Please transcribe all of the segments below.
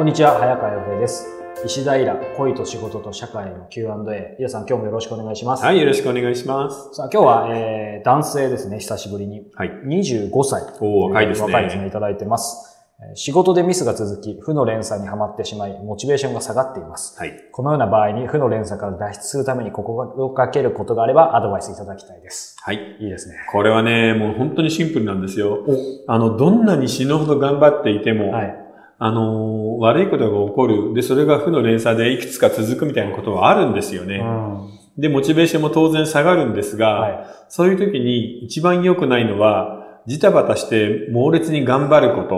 んにちは、早川洋平です。石平、恋と仕事と社会の Q&A。皆さん、今日もよろしくお願いします。 はい、よろしくお願いします。 さあ、今日は、男性ですね、久しぶりに。 はい。 25歳。 若いですね。 若いですね、いただいてます。仕事でミスが続き、負の連鎖にはまってしまい、モチベーションが下がっています。はい。このような場合に負の連鎖から脱出するために心がけることがあればアドバイスいただきたいです。 はい。 いいですね。 これはね、もう本当にシンプルなんですよ。どんなに死ぬほど頑張っていても、はい。悪いことが起こる。で、それが負の連鎖でいくつか続くみたいなことはあるんですよね。で、モチベーションも当然下がるんですが、はい、そういう時に一番良くないのは、ジタバタして猛烈に頑張ること。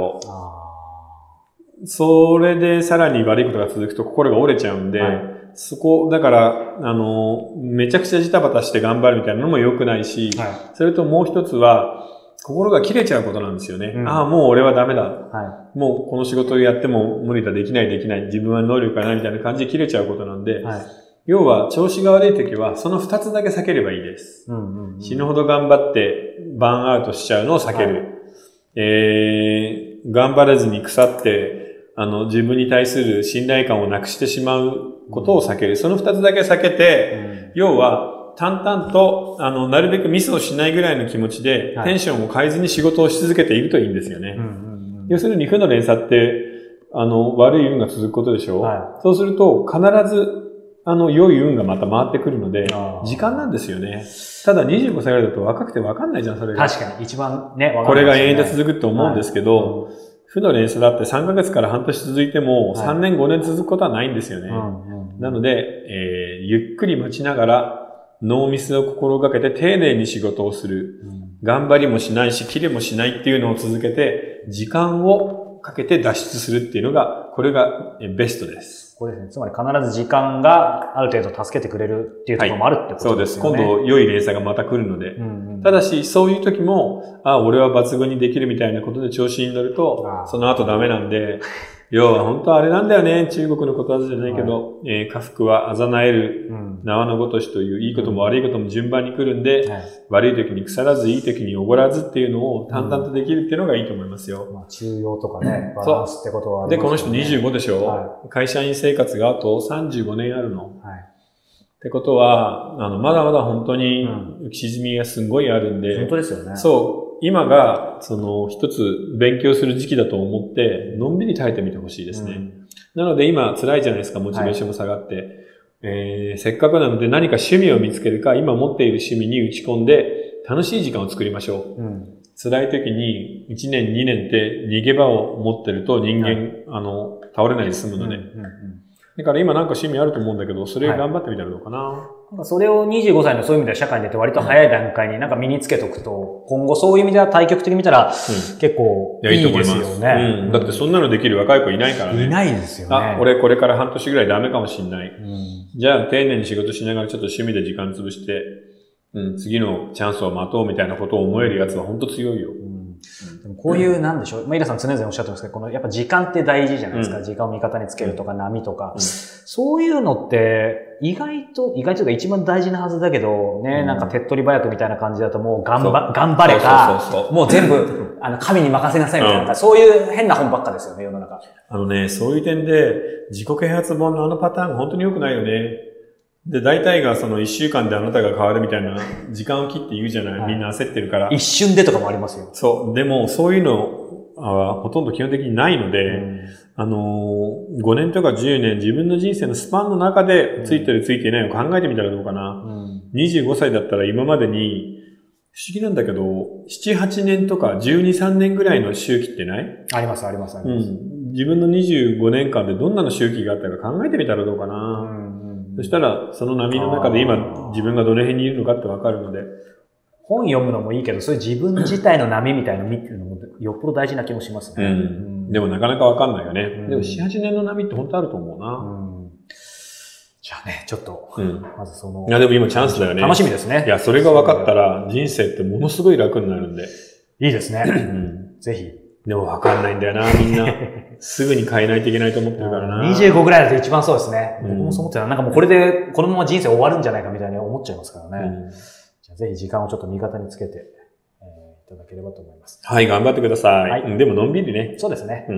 それでさらに悪いことが続くと心が折れちゃうんで、はい、そこ、だから、めちゃくちゃジタバタして頑張るみたいなのも良くないし、はい、それともう一つは、心が切れちゃうことなんですよね。ああ、もう俺はダメだ。はい、もうこの仕事をやっても無理だ、できない、自分は能力がないみたいな感じで切れちゃうことなんで、はい、要は調子が悪い時はその二つだけ避ければいいです。死ぬほど頑張ってバーンアウトしちゃうのを避ける。はい、頑張れずに腐って、自分に対する信頼感をなくしてしまうことを避ける。その二つだけ避けて、要は、淡々と、なるべくミスをしないぐらいの気持ちで、テンションを変えずに仕事をし続けているといいんですよね。要するに負の連鎖って、悪い運が続くことでしょ、はい、そうすると、必ず、良い運がまた回ってくるので、時間なんですよね。ただ25歳ぐらいだと若くて分かんないじゃん、それが。 確かに、一番ね、 これが永遠で続くと思うんですけど、はい、負の連鎖だって3ヶ月から半年続いても、3年5年続くことはないんですよね。なので、ゆっくり待ちながら、ノーミスを心がけて丁寧に仕事をする。頑張りもしないし、切れもしないっていうのを続けて、時間をかけて脱出するっていうのが、これがベストです。 これですね。つまり必ず時間がある程度助けてくれるっていうところもあるってことですよね。 そうです。今度良い連鎖がまた来るので。ただし、そういう時も、俺は抜群にできるみたいなことで調子に乗ると、その後ダメなんで、要は本当はあれなんだよね。中国のことわざじゃないけど、家福は嘲える縄のごとしといういいことも悪いことも順番に来るんで、悪い時に腐らずいい時におごらずっていうのを淡々とできるっていうのがいいと思いますよ。 中庸とかね、バランスってことはありますよね。 で、この人25でしょ、会社員生活があと35年あるの。ってことは、まだまだ本当に浮き沈みがすごいあるんで、 本当ですよね。 そう。今が、一つ勉強する時期だと思って、のんびり耐えてみてほしいですね。なので今辛いじゃないですか、モチベーションも下がって。せっかくなので何か趣味を見つけるか、今持っている趣味に打ち込んで、楽しい時間を作りましょう。辛い時に1年2年って逃げ場を持ってると人間、倒れないで済むので。だから今なんか趣味あると思うんだけど、それ頑張ってみたらどうかな。 それを25歳のそういう意味では社会に出て割と早い段階になんか身につけとくと、今後そういう意味では対極的に見たら、結構いいですよね。 だってそんなのできる若い子いないからね。 いないですよね。 俺これから半年ぐらいダメかもしんない。じゃあ丁寧に仕事しながらちょっと趣味で時間潰して、次のチャンスを待とうみたいなことを思えるやつは本当強いよ。 でもこういうなんでしょう。イラさん常々おっしゃってますけど、このやっぱ時間って大事じゃないですか。時間を味方につけるとか波とか。そういうのって意外というか一番大事なはずだけど、ね、なんか手っ取り早くみたいな感じだともう頑張れか、もう全部、神に任せなさいみたいな、そういう変な本ばっかですよね、世の中。 そういう点で、自己啓発本のパターンが本当に良くないよね。で、大体が1週間であなたが変わるみたいな時間を切って言うじゃない、みんな焦ってるから。 一瞬でとかもありますよ。 そう。でも、そういうのはほとんど基本的にないので、5年とか10年自分の人生のスパンの中でついてるついていないを考えてみたらどうかな。25歳だったら今までに、不思議なんだけど、7、8年とか12、3年ぐらいの周期ってないあります、あります、あります。 自分の25年間でどんなの周期があったか考えてみたらどうかな。そしたら、その波の中で今、自分がどの辺にいるのかってわかるので。 本読むのもいいけど、そういう自分自体の波みたいなの見てるのもよっぽど大事な気もしますね。 でもなかなかわかんないよね。でも7、8年の波って本当あると思うな。 じゃあね、ちょっと、まずいや、でも今チャンスだよね。 楽しみですね。 いや、それが分かったら人生ってものすごい楽になるんで。 いいですね。ぜひ。 でも分かんないんだよな、みんな。すぐに変えないといけないと思ってるからな。 25ぐらいだと一番そうですね。僕もそう思ってた。なんかもうこれで、このまま人生終わるんじゃないかみたいに思っちゃいますからね。じゃあぜひ時間をちょっと味方につけて、いただければと思います。 はい、頑張ってください。でものんびりね。 そうですね。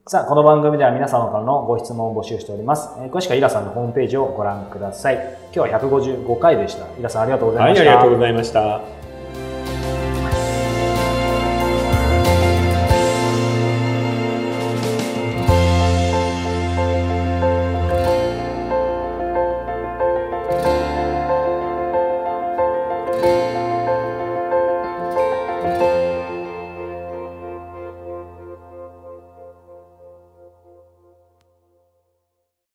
さあ、この番組では皆様からのご質問を募集しております。詳しくはイラさんのホームページをご覧ください。今日は155回でした。イラさんありがとうございました。 はい、ありがとうございました。